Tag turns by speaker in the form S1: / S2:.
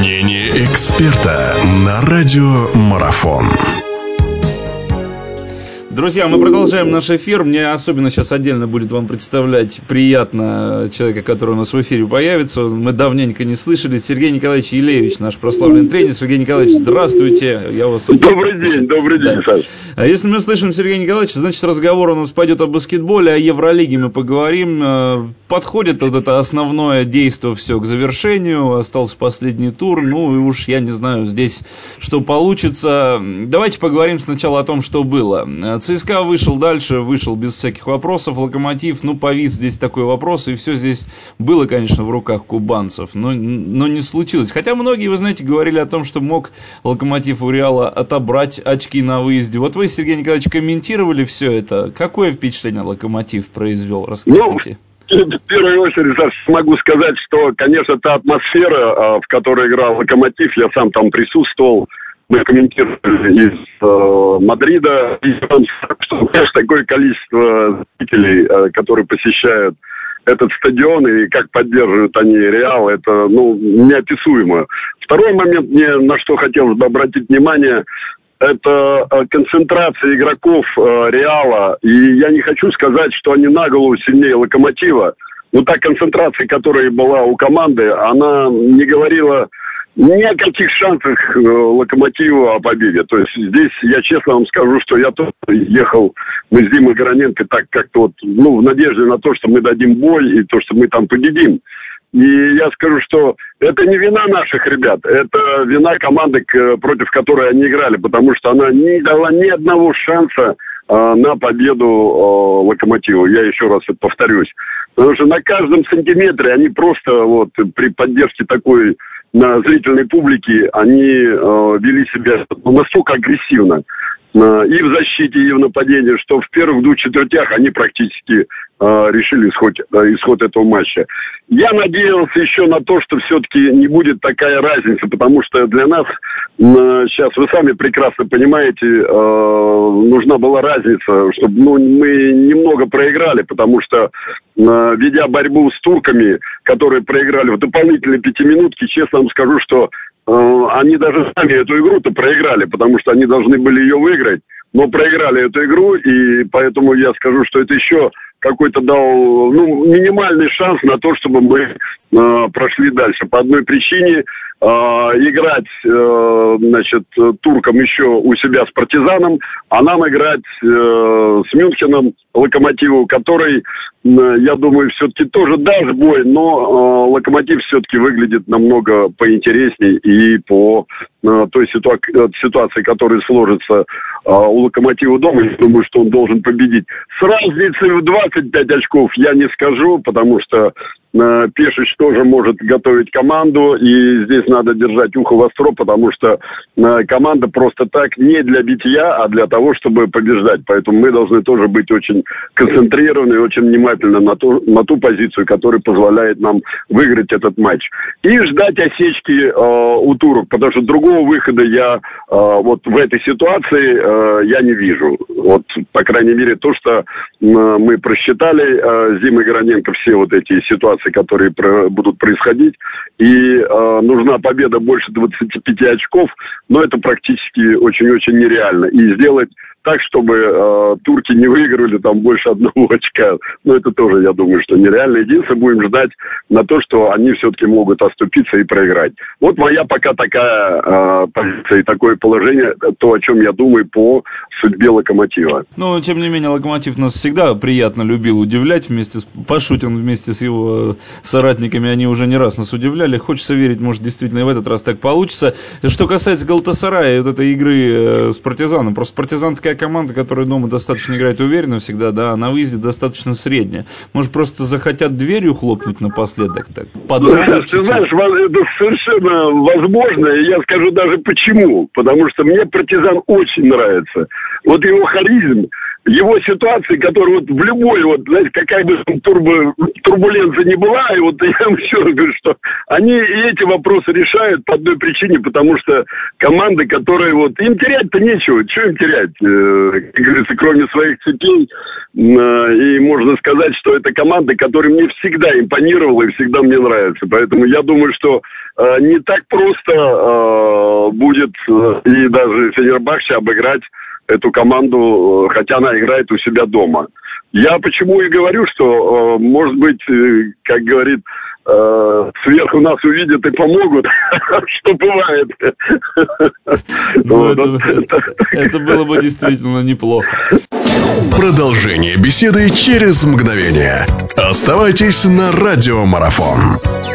S1: Мнение эксперта на радио Марафон.
S2: Друзья, мы продолжаем наш эфир. Мне особенно сейчас отдельно будет вам представлять приятно человека, который у нас в эфире появится. Мы давненько не слышали. Сергей Николаевич Елеевич, наш прославленный тренер. Сергей Николаевич, здравствуйте. Я вас
S3: добрый день, Саш.
S2: А если мы слышим Сергея Николаевича, значит разговор у нас пойдет о баскетболе, о Евролиге мы поговорим. Подходит вот это основное действие все к завершению. Остался последний тур. Ну и уж я не знаю здесь, что получится. Давайте поговорим сначала о том, что было. ЦСКА вышел дальше, вышел без всяких вопросов. Локомотив, повис здесь такой вопрос, и все здесь было, конечно, в руках кубанцев, но не случилось. Хотя многие, вы знаете, говорили о том, что мог Локомотив у Реала отобрать очки на выезде. Вот вы, Сергей Николаевич, комментировали все это. Какое впечатление Локомотив произвел? Расскажите.
S3: В первую очередь, Саш, могу сказать, что, конечно, та атмосфера, в которой играл Локомотив, я сам там присутствовал. Мы комментировали из Мадрида, и что, конечно, такое количество зрителей, которые посещают этот стадион, и как поддерживают они Реал, это, неописуемо. Второй момент, мне на что хотелось бы обратить внимание, это концентрация игроков Реала, и я не хочу сказать, что они на голову сильнее Локомотива, но та концентрация, которая была у команды, она не говорила ни о каких шансах Локомотива о победе. То есть здесь я честно вам скажу, что я тоже ехал, мы с Димой Гороненко так как-то в надежде на то, что мы дадим бой и то, что мы там победим. И я скажу, что это не вина наших ребят, это вина команды, против которой они играли, потому что она не дала ни одного шанса на победу Локомотиву. Я еще раз это повторюсь. Потому что на каждом сантиметре они просто при поддержке такой зрительной публики, они вели себя настолько агрессивно и в защите, и в нападении, что в первых двух четвертях они практически решили исход этого матча. Я надеялся еще на то, что все-таки не будет такая разница, потому что для нас сейчас, вы сами прекрасно понимаете, нужна была разница, чтобы мы немного проиграли, потому что, ведя борьбу с турками, которые проиграли в дополнительные пятиминутки, честно вам скажу, что они даже сами эту игру-то проиграли, потому что они должны были ее выиграть, но проиграли эту игру, и поэтому я скажу, что это еще какой-то дал минимальный шанс на то, чтобы мы прошли дальше. По одной причине играть, туркам еще у себя с Партизаном, а нам играть с Мюнхеном, Локомотиву, который, я думаю, все-таки тоже даст бой, но Локомотив все-таки выглядит намного поинтересней и по той ситуации, которая сложится у Локомотива дома, я думаю, что он должен победить. С разницей в 25 очков я не скажу, потому что Пешич тоже может готовить команду, и здесь надо держать ухо востро, потому что команда просто так не для битья, а для того, чтобы побеждать. Поэтому мы должны тоже быть очень концентрированы и очень внимательны на ту позицию, которая позволяет нам выиграть этот матч. И ждать осечки у турок, потому что другого выхода я в этой ситуации я не вижу. По крайней мере, то, что мы просчитали с Димой Гороненко, все эти ситуации, которые будут происходить, и нужна победа больше 25 очков, но это практически очень-очень нереально. И сделать так, чтобы турки не выиграли там больше одного очка, это тоже, я думаю, что нереально. Единственное, будем ждать на то, что они все-таки могут оступиться и проиграть. Моя пока такая позиция и такое положение, то, о чем я думаю по судьбе Локомотива.
S2: Но, тем не менее, Локомотив нас всегда приятно любил удивлять Пашутин вместе с его соратниками, они уже не раз нас удивляли. Хочется верить, может, действительно и в этот раз так получится. Что касается Галатасарая и этой игры с Партизаном, просто Партизан такая команда, которая дома достаточно играет уверенно всегда, да, а на выезде достаточно средняя. Может, просто захотят дверью хлопнуть напоследок? Так,
S3: ты знаешь, это совершенно возможно, и я скажу даже почему. Потому что мне Партизан очень нравится. Его харизм, его ситуации, которые вот в любой, вот, знаете, какая бы турбуленция ни была, и вот я вам еще раз говорю, что они эти вопросы решают по одной причине, потому что команды, которые вот, им терять-то нечего, что им терять, как говорится, кроме своих цепей, и можно сказать, что это команда, которая мне всегда импонировала и всегда мне нравится, поэтому я думаю, что не так просто будет и даже Фенербахче обыграть эту команду, хотя она играет у себя дома. Я почему и говорю, что, может быть, как говорит, сверху нас увидят и помогут, что бывает.
S2: Это было бы действительно неплохо.
S1: Продолжение беседы через мгновение. Оставайтесь на Радиомарафон.